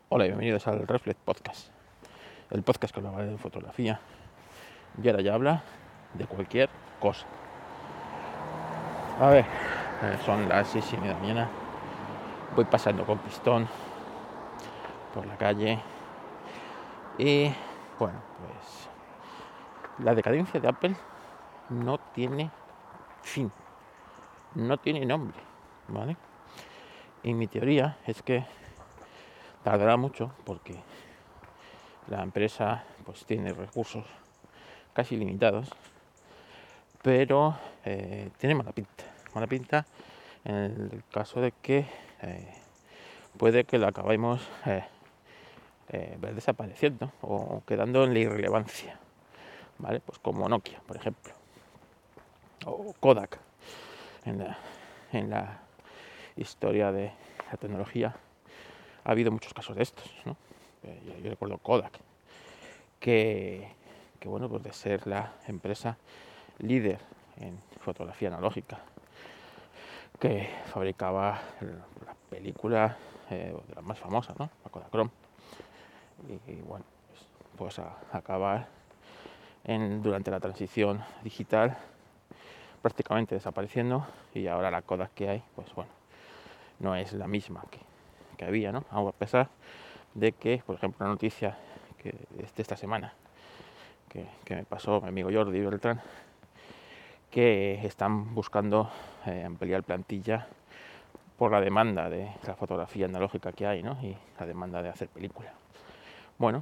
Hola y bienvenidos al Reflex Podcast, el podcast que habla de fotografía y ahora ya habla de cualquier cosa. A ver, son las 6:30 de la mañana, voy pasando con pistón por la calle y bueno, pues la decadencia de Apple no tiene fin, no tiene nombre, ¿vale? Y mi teoría es que tardará mucho porque la empresa pues tiene recursos casi limitados, pero tiene mala pinta en el caso de que puede que lo acabemos ver desapareciendo o quedando en la irrelevancia, ¿vale? Pues como Nokia, por ejemplo, o Kodak en la historia de la tecnología. Ha habido muchos casos de estos, ¿no? Yo recuerdo Kodak, que bueno, pues de ser la empresa líder en fotografía analógica, que fabricaba la película de las más famosas, ¿no? La Kodachrome. Y bueno, pues acabar durante la transición digital prácticamente desapareciendo, y ahora la Kodak que hay, pues bueno, no es la misma que había, ¿no? Aún a pesar de que, por ejemplo, la noticia de esta semana que me pasó mi amigo Jordi Beltrán, que están buscando ampliar plantilla por la demanda de la fotografía analógica que hay, ¿no? Y la demanda de hacer película. Bueno,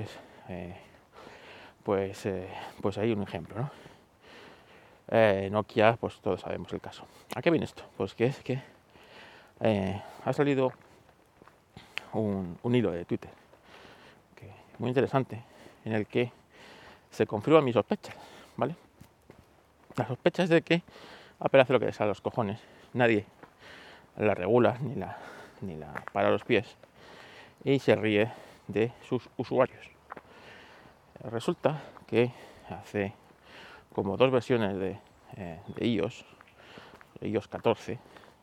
pues hay un ejemplo, ¿no? Nokia, pues todos sabemos el caso. ¿A qué viene esto? Pues que es que ha salido un hilo de Twitter muy interesante, en el que se confirman mis sospechas, ¿vale? Las sospechas de que Apple hace lo que le sale a los cojones. Nadie la regula ni la para los pies y se ríe de sus usuarios. Resulta que hace como dos versiones de iOS 14,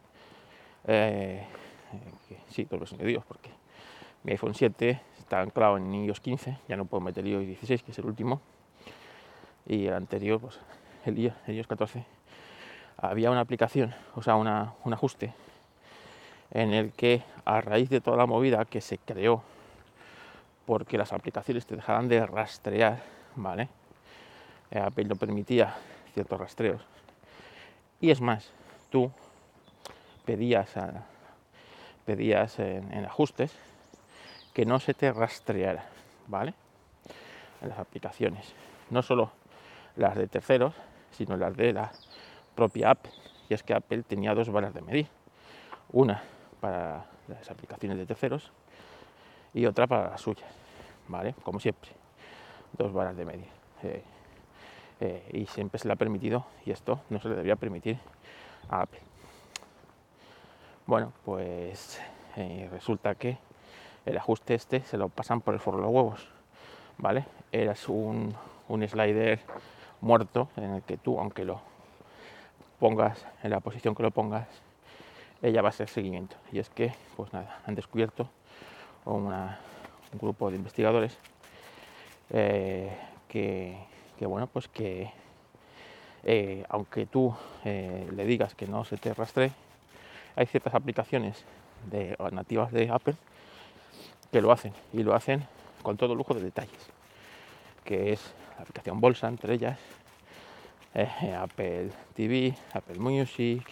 sí, dos versiones de iOS, porque mi iPhone 7 está anclado en iOS 15, ya no puedo meter iOS 16, que es el último, y el anterior, pues el iOS 14, había una aplicación, o sea, un ajuste, en el que a raíz de toda la movida que se creó porque las aplicaciones te dejaran de rastrear, ¿vale? Apple no permitía ciertos rastreos. Y es más, tú pedías en ajustes que no se te rastreara, ¿vale? En las aplicaciones. No solo las de terceros, sino las de la propia app. Y es que Apple tenía dos varas de medir. Una para las aplicaciones de terceros y otra para las suyas, ¿vale? Como siempre, dos varas de medir. Y siempre se le ha permitido, y esto no se le debía permitir a Apple. Bueno, pues resulta que el ajuste este se lo pasan por el forro de los huevos, ¿vale? Eras un slider muerto en el que tú, aunque lo pongas en la posición que lo pongas, ella va a hacer seguimiento. Y es que, pues nada, han descubierto un grupo de investigadores que bueno, pues que aunque tú le digas que no se te rastree, hay ciertas aplicaciones nativas de Apple que lo hacen, y lo hacen con todo lujo de detalles, que es la aplicación Bolsa, entre ellas Apple TV, Apple Music,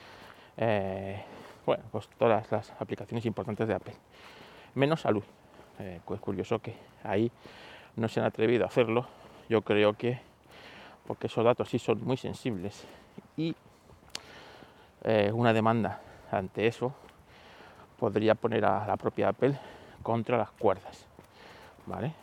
bueno, pues todas las aplicaciones importantes de Apple, menos Salud. Es curioso que ahí no se han atrevido a hacerlo. Yo creo que porque esos datos sí son muy sensibles, y una demanda ante eso podría poner a la propia Apple contra las cuerdas, ¿vale?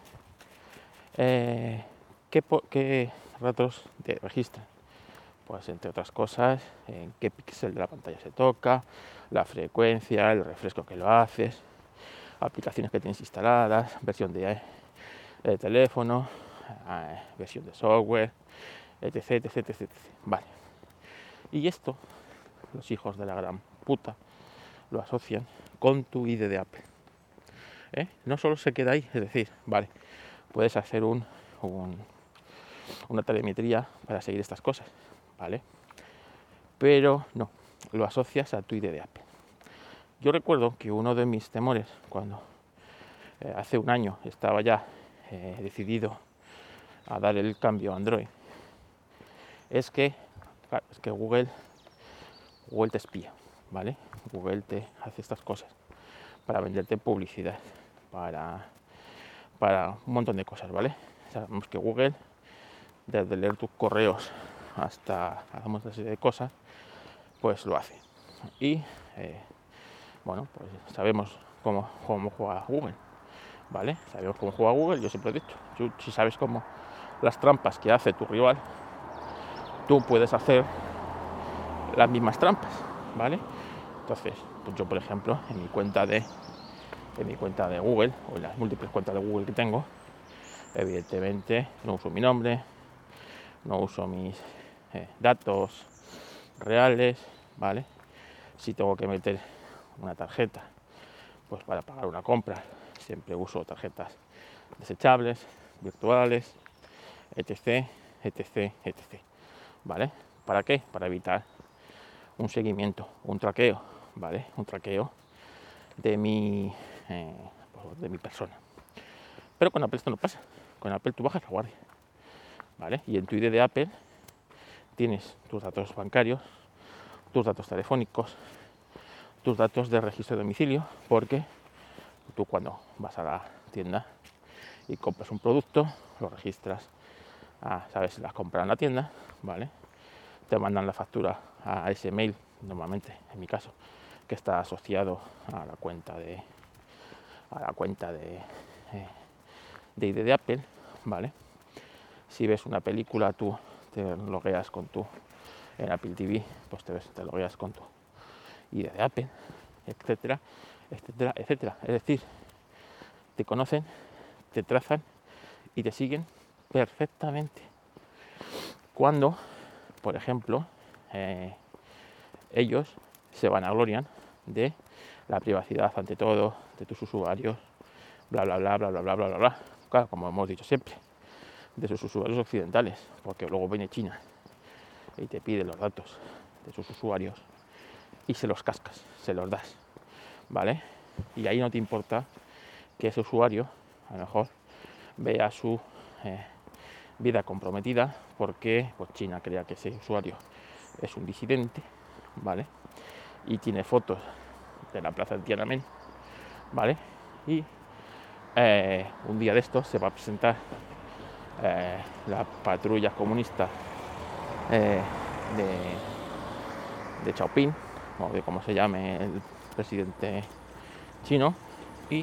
¿Qué datos te registran? Pues entre otras cosas, en qué píxel de la pantalla se toca, la frecuencia, el refresco que lo haces, aplicaciones que tienes instaladas, versión de teléfono, versión de software, etc, etc, etc, etc. Vale. Y esto, los hijos de la gran puta lo asocian con tu ID de Apple. No solo se queda ahí, es decir, vale, puedes hacer una telemetría para seguir estas cosas, ¿vale? Pero no, lo asocias a tu ID de Apple. Yo recuerdo que uno de mis temores cuando hace un año estaba ya decidido a dar el cambio a Android es que Google te espía, ¿vale? Google te hace estas cosas para venderte publicidad, para un montón de cosas, ¿vale? Sabemos que Google, desde leer tus correos hasta hacemos una serie de cosas, pues lo hace. Y bueno, pues sabemos cómo juega Google, ¿vale? Sabemos cómo juega Google, yo siempre he dicho, si sabes cómo las trampas que hace tu rival, tú puedes hacer las mismas trampas, ¿vale? Entonces, pues yo por ejemplo, en mi cuenta de Google, o en las múltiples cuentas de Google que tengo, evidentemente no uso mi nombre, no uso mis datos reales, ¿vale? Si tengo que meter una tarjeta, pues para pagar una compra, siempre uso tarjetas desechables, virtuales, etc, etc, etc, ¿vale? ¿Para qué? Para evitar un seguimiento, un traqueo, ¿vale? Un traqueo de mi persona. Pero con Apple esto no pasa. Con Apple tú bajas la guardia, ¿vale? Y en tu ID de Apple tienes tus datos bancarios, tus datos telefónicos, tus datos de registro de domicilio, porque tú cuando vas a la tienda y compras un producto, lo registras, sabes si las compras en la tienda, ¿vale? Te mandan la factura a ese mail, normalmente, en mi caso, que está asociado a la cuenta de ID de Apple, ¿vale? Si ves una película, tú te logueas en Apple TV, pues te logueas con tu ID de Apple, etcétera, etcétera, etcétera. Es decir, te conocen, te trazan y te siguen perfectamente. Cuando, por ejemplo, ellos se vanaglorian de la privacidad ante todo de tus usuarios, bla bla bla bla bla bla bla bla. Claro, como hemos dicho siempre, de sus usuarios occidentales, porque luego viene China y te pide los datos de sus usuarios y se los cascas, se los das, ¿vale? Y ahí no te importa que ese usuario a lo mejor vea su vida comprometida porque pues China crea que ese usuario es un disidente, ¿vale? Y tiene fotos de la plaza de Tiananmen, ¿vale? Y un día de estos se va a presentar la patrulla comunista de Xiaoping, o de cómo se llame el presidente chino, y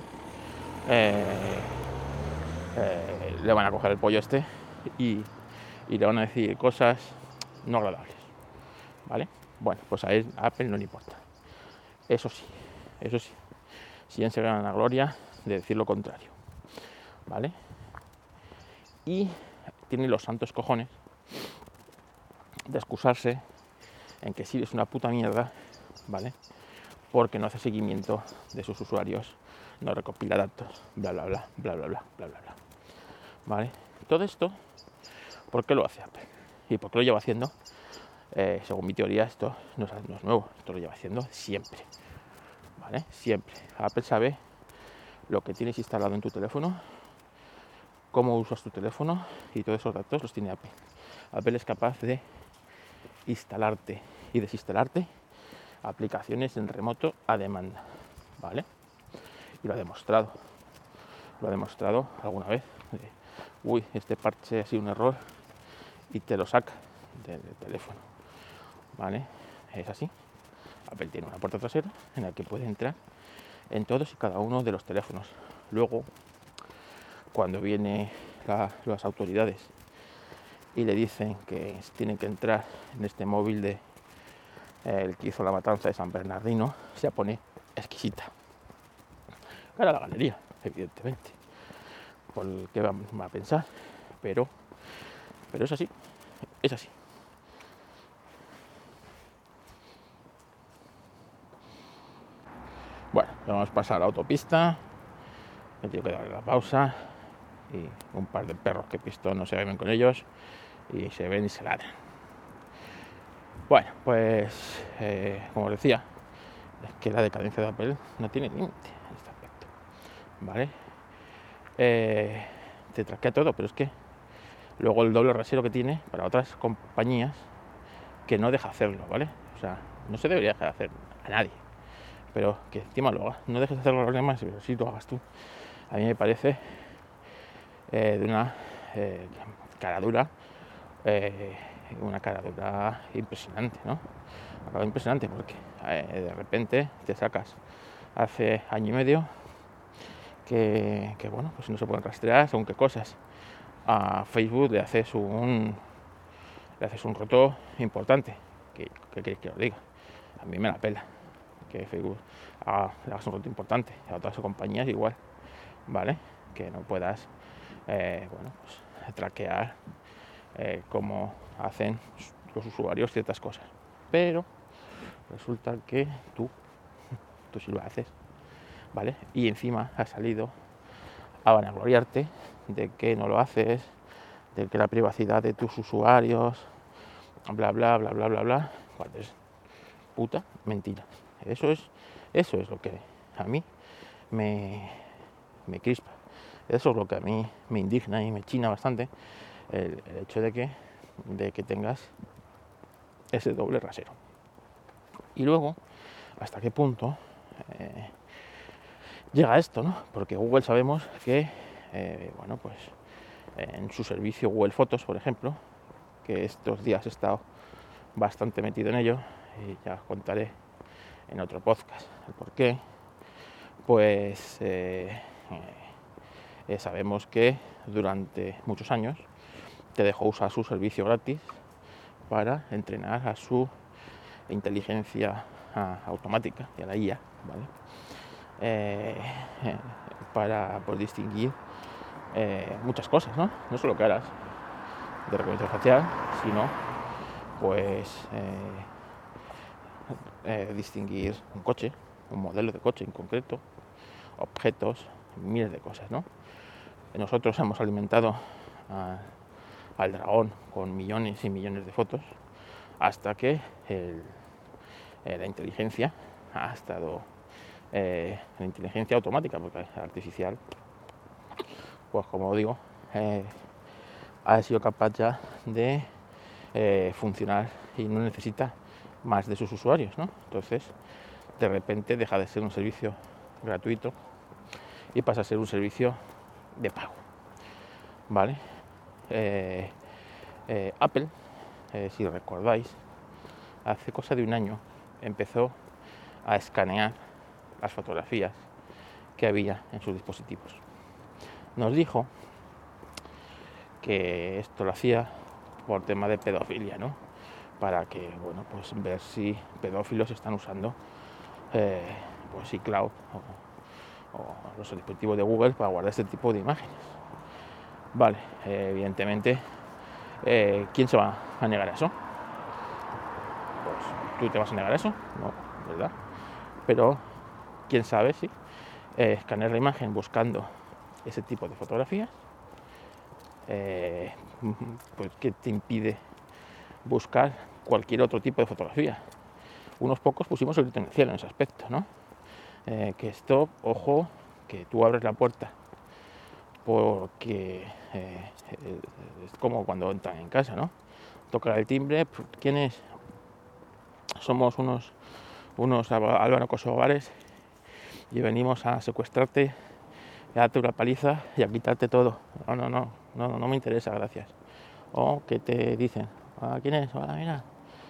le van a coger el pollo y le van a decir cosas no agradables, ¿vale? Bueno, pues a Apple no le importa. Eso sí, siguen se ganan la gloria de decir lo contrario, ¿vale? Y tienen los santos cojones de excusarse en que sí es una puta mierda, ¿vale? Porque no hace seguimiento de sus usuarios, no recopila datos, bla bla bla, bla bla bla, bla bla bla, ¿vale? Todo esto, ¿por qué lo hace Apple? ¿Y por qué lo lleva haciendo? Según mi teoría, esto no es nuevo, esto lo lleva haciendo siempre, ¿vale? Siempre. Apple sabe lo que tienes instalado en tu teléfono, cómo usas tu teléfono y todos esos datos los tiene Apple. Apple es capaz de instalarte y desinstalarte aplicaciones en remoto a demanda, ¿vale? Y lo ha demostrado alguna vez. Uy, este parche ha sido un error y te lo saca del teléfono, ¿vale? Es así. Apple tiene una puerta trasera en la que puede entrar en todos y cada uno de los teléfonos. Luego, cuando vienen las autoridades y le dicen que tienen que entrar en este móvil de el que hizo la matanza de San Bernardino, se pone exquisita. Cara a la galería, evidentemente, por el que va a pensar, pero es así, es así. Bueno, vamos a pasar a la autopista me tengo que dar la pausa, y un par de perros que Pistón no se ven con ellos, y se ven y se ladran. Bueno, pues como os decía, es que la decadencia de Apple no tiene límite en este aspecto, ¿vale? Te traquea todo, pero es que luego el doble rasero que tiene para otras compañías que no deja hacerlo, ¿vale? O sea, no se debería dejar hacer a nadie, pero que encima lo haga. No dejes de hacerlo a los demás, pero sí lo hagas tú. A mí me parece de una cara dura, una cara dura impresionante, ¿no? Acaba impresionante porque de repente te sacas hace año y medio que bueno, pues no se pueden rastrear según qué cosas. A Facebook le haces un roto importante. ¿Qué queréis que os diga? A mí me la pela que Facebook le hagas un roto importante. A otras compañías igual, ¿vale? Que no puedas, bueno, pues traquear cómo hacen los usuarios ciertas cosas. Pero resulta que tú sí lo haces, ¿vale? Y encima has salido a vanagloriarte de que no lo haces, de que la privacidad de tus usuarios, bla, bla, bla, bla, bla, bla, cuando es puta mentira. Eso es lo que a mí me crispa. Eso es lo que a mí me indigna y me china bastante, el hecho de que tengas ese doble rasero. Y luego, ¿hasta qué punto llega esto, ¿no? Porque Google sabemos que, bueno, pues en su servicio Google Fotos, por ejemplo, que estos días he estado bastante metido en ello, y ya os contaré en otro podcast el por qué, pues sabemos que durante muchos años te dejó usar su servicio gratis para entrenar a su inteligencia automática y a la IA, ¿vale? Para poder distinguir muchas cosas, ¿no? No solo caras de reconocimiento facial, sino pues distinguir un coche, un modelo de coche en concreto, objetos, miles de cosas, ¿no? Nosotros hemos alimentado al dragón con millones y millones de fotos hasta que la inteligencia ha estado la inteligencia automática, porque artificial, pues como digo, ha sido capaz ya de funcionar y no necesita más de sus usuarios, ¿no? Entonces, de repente deja de ser un servicio gratuito y pasa a ser un servicio de pago, ¿vale? Apple, si recordáis, hace cosa de un año empezó a escanear las fotografías que había en sus dispositivos. Nos dijo que esto lo hacía por tema de pedofilia, ¿no? Para que, bueno, pues ver si pedófilos están usando pues iCloud o los dispositivos de Google para guardar este tipo de imágenes. Vale, evidentemente, ¿quién se va a negar a eso? Pues tú te vas a negar a eso, no, ¿verdad? Pero quién sabe si escanear la imagen buscando ese tipo de fotografías, pues que te impide buscar cualquier otro tipo de fotografía. Unos pocos pusimos el grito en el cielo en ese aspecto, ¿no? Que esto, ojo, que tú abres la puerta porque es como cuando entran en casa, ¿no? Toca el timbre, ¿quién es? Somos unos Álvaro Kosovares y venimos a secuestrarte, a darte una paliza y a quitarte todo. No me interesa, gracias. O que te dicen, ¿quién es? Hola, mira,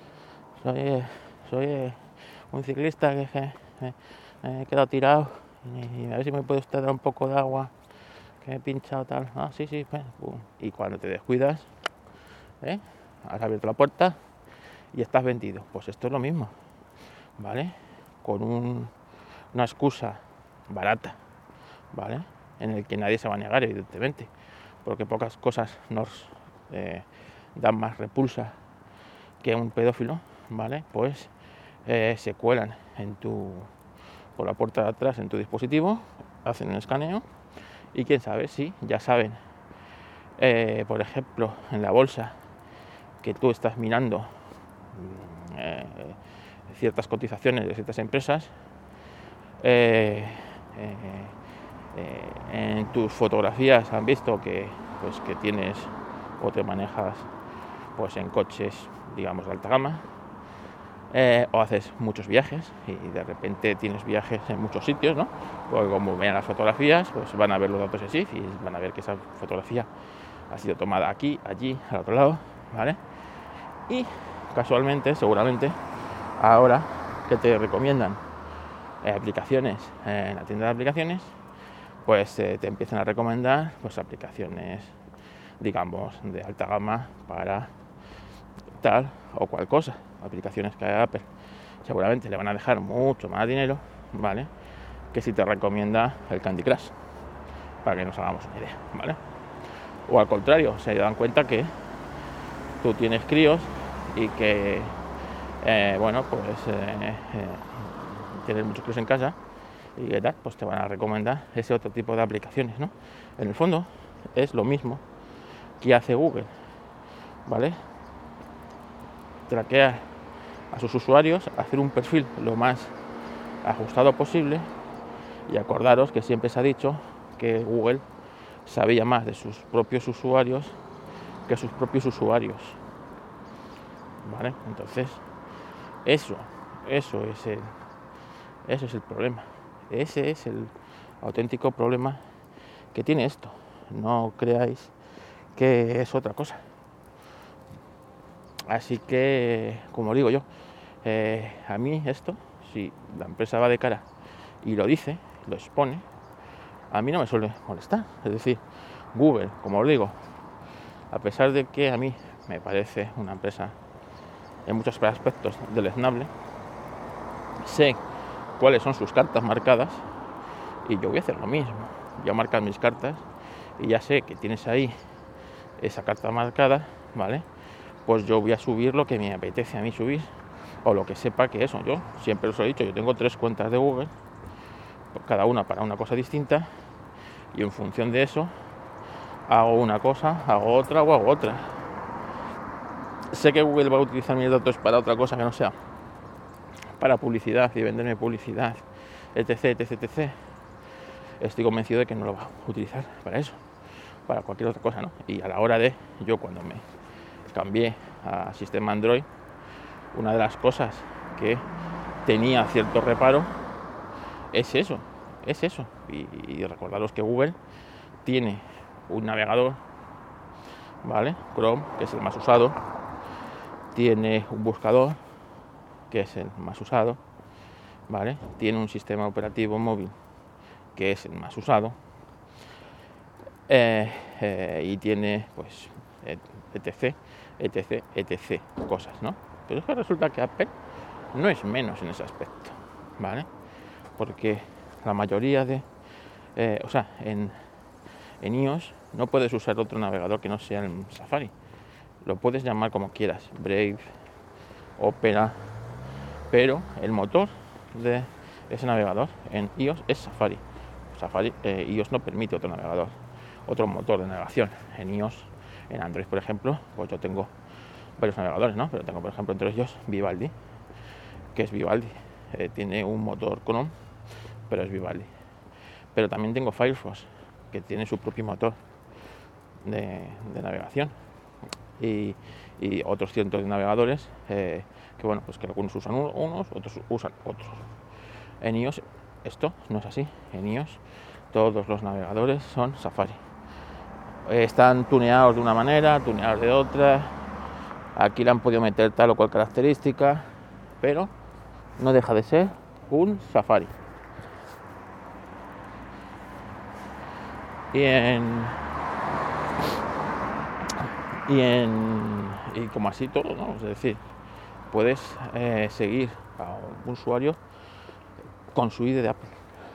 soy un ciclista que me he quedado tirado y a ver si me puede usted dar un poco de agua, que me he pinchado tal. Sí, pues, y cuando te descuidas, has abierto la puerta y estás vendido. Pues esto es lo mismo, ¿vale? Con una excusa barata, ¿vale? En el que nadie se va a negar, evidentemente, porque pocas cosas nos dan más repulsa que un pedófilo, ¿vale? Pues se cuelan por la puerta de atrás en tu dispositivo, hacen un escaneo y quién sabe si ya saben, por ejemplo, en la bolsa que tú estás mirando ciertas cotizaciones de ciertas empresas, en tus fotografías han visto que tienes o te manejas pues en coches, digamos, de alta gama, o haces muchos viajes y de repente tienes viajes en muchos sitios, ¿no? Porque como vean las fotografías, pues van a ver los datos de SIF y van a ver que esa fotografía ha sido tomada aquí, allí, al otro lado, ¿vale? Y casualmente, seguramente, ahora que te recomiendan aplicaciones en la tienda de aplicaciones, pues te empiezan a recomendar pues aplicaciones, digamos, de alta gama para tal o cual cosa, aplicaciones que a Apple seguramente le van a dejar mucho más dinero, ¿vale? Que si te recomienda el Candy Crush, para que nos hagamos una idea, ¿vale? O al contrario, se dan cuenta que tú tienes críos y que, tienes muchos críos en casa y tal, pues te van a recomendar ese otro tipo de aplicaciones, ¿no? En el fondo es lo mismo que hace Google, ¿vale? Traquear a sus usuarios, hacer un perfil lo más ajustado posible, y acordaros que siempre se ha dicho que Google sabía más de sus propios usuarios que sus propios usuarios, ¿vale? Entonces eso es el problema, ese es el auténtico problema que tiene esto. No creáis que es otra cosa. Así que, como digo yo, a mí esto, si la empresa va de cara y lo dice, lo expone, a mí no me suele molestar. Es decir, Google, como os digo, a pesar de que a mí me parece una empresa en muchos aspectos deleznable, sé cuáles son sus cartas marcadas y yo voy a hacer lo mismo. Yo marcar mis cartas y ya sé que tienes ahí esa carta marcada, ¿vale? Pues yo voy a subir lo que me apetece a mí subir, o lo que sepa que eso. Yo siempre os he dicho, yo tengo 3 cuentas de Google, cada una para una cosa distinta, y en función de eso hago una cosa, hago otra o hago otra. Sé que Google va a utilizar mis datos para otra cosa que no sea para publicidad y venderme publicidad, etc, etc, etc. Estoy convencido de que no lo va a utilizar para eso, para cualquier otra cosa, ¿no? Y a la hora de, yo cuando me cambié a sistema Android, una de las cosas que tenía cierto reparo es eso. Y recordaros que Google tiene un navegador, ¿vale? Chrome, que es el más usado, tiene un buscador, que es el más usado, ¿vale? Tiene un sistema operativo móvil, que es el más usado, y tiene, pues, etc, etc, etc, cosas, ¿no? Pero es que resulta que Apple no es menos en ese aspecto, ¿vale? Porque la mayoría de, en iOS no puedes usar otro navegador que no sea el Safari. Lo puedes llamar como quieras, Brave, Opera, pero el motor de ese navegador en iOS es Safari. iOS no permite otro navegador, otro motor de navegación. En iOS, en Android, por ejemplo, pues yo tengo varios navegadores, ¿no? Pero tengo, por ejemplo, entre ellos Vivaldi, que es Vivaldi. Tiene un motor Chrome, pero es Vivaldi. Pero también tengo Firefox, que tiene su propio motor de navegación. Y otros cientos de navegadores que algunos usan unos, otros usan otros. En iOS esto no es así. En iOS todos los navegadores son Safari. Están tuneados de una manera, tuneados de otra. Aquí le han podido meter tal o cual característica, pero no deja de ser un Safari. Y como así todo, ¿no? Es decir, puedes seguir a un usuario con su ID de Apple,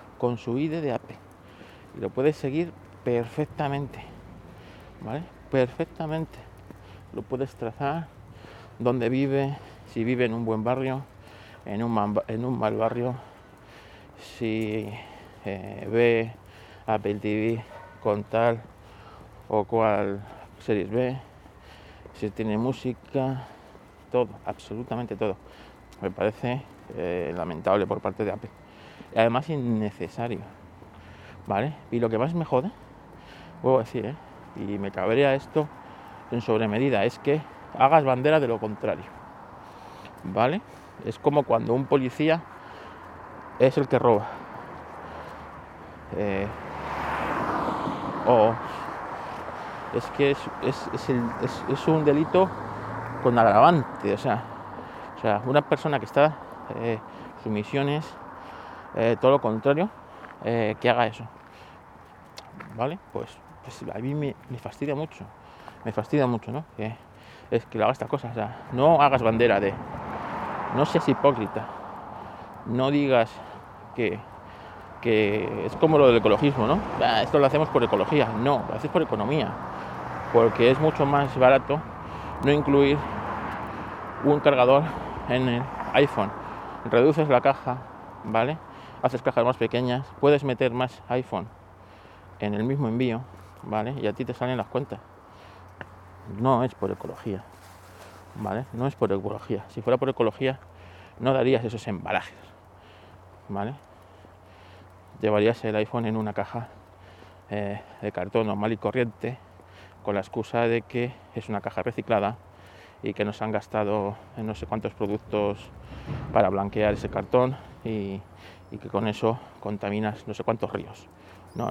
y lo puedes seguir perfectamente, ¿vale? Perfectamente. Lo puedes trazar dónde vive, si vive en un buen barrio, en un mal barrio, si ve Apple TV con tal o cual series B, si tiene música, todo, absolutamente todo. Me parece lamentable por parte de Apple. Y además innecesario, ¿vale? Y lo que más me jode, puedo decir, y me cabrea esto en sobremedida, es que hagas bandera de lo contrario, ¿vale? Es como cuando un policía es el que roba. O es que es un delito con agravante, o sea, una persona que está, su misión es todo lo contrario, que haga eso, ¿vale? Pues a mí me fastidia mucho, ¿no? Que lo haga esta cosa, o sea, no hagas bandera de, no seas hipócrita, no digas que es como lo del ecologismo, ¿no? Esto lo hacemos por ecología, no, lo haces por economía, porque es mucho más barato no incluir un cargador en el iPhone. Reduces la caja, ¿vale? Haces cajas más pequeñas, puedes meter más iPhone en el mismo envío, ¿vale? Y a ti te salen las cuentas. No es por ecología, ¿vale? No es por ecología. Si fuera por ecología, no darías esos embalajes, ¿vale? Llevarías el iPhone en una caja de cartón normal y corriente, con la excusa de que es una caja reciclada y que nos han gastado en no sé cuántos productos para blanquear ese cartón y que con eso contaminas no sé cuántos ríos. No.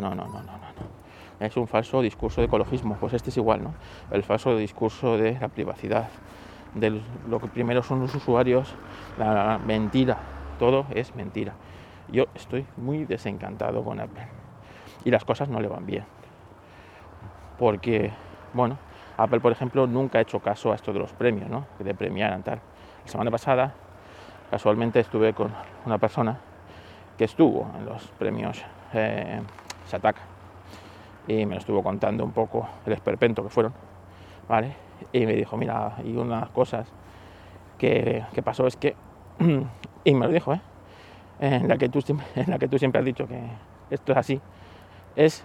Es un falso discurso de ecologismo. Pues este es igual, ¿no? El falso discurso de la privacidad, de lo que primero son los usuarios, la mentira. Todo es mentira. Yo estoy muy desencantado con Apple y las cosas no le van bien. Porque, bueno, Apple, por ejemplo, nunca ha hecho caso a esto de los premios, ¿no? Que le premiaran tal. La semana pasada, casualmente, estuve con una persona que estuvo en los premios Shataka y me lo estuvo contando un poco el esperpento que fueron, ¿vale? Y me dijo, mira, y unas cosas que pasó es que, y me lo dijo, en la que tú siempre has dicho que esto es así, es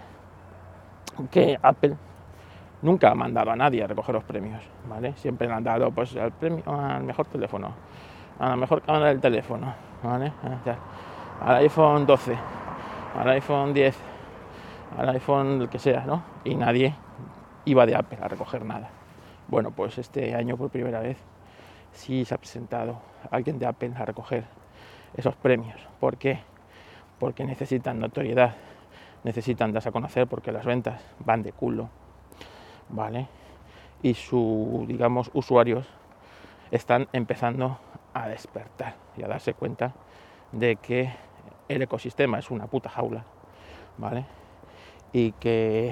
que Apple nunca ha mandado a nadie a recoger los premios, ¿vale? Siempre le han dado pues el premio al mejor teléfono, a la mejor cámara del teléfono, ¿vale? Al iPhone 12, al iPhone 10, al iPhone el que sea, ¿no? Y nadie iba de Apple a recoger nada. Bueno, pues este año por primera vez sí se ha presentado alguien de Apple a recoger esos premios. ¿Por qué? Porque necesitan notoriedad, necesitan darse a conocer porque las ventas van de culo, ¿vale? Y digamos, usuarios están empezando a despertar y a darse cuenta de que el ecosistema es una puta jaula, ¿vale? Y que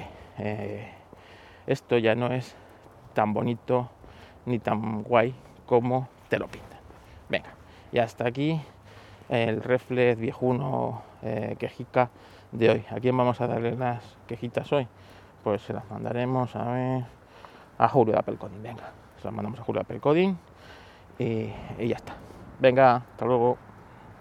esto ya no es tan bonito ni tan guay como te lo pintan. Venga, y hasta aquí el reflex viejuno quejica de hoy. ¿A quién vamos a darle las quejitas hoy? Pues se las mandaremos a Julio de Apple Coding. Venga, se las mandamos a Julio de Apple Coding y ya está. Venga, hasta luego.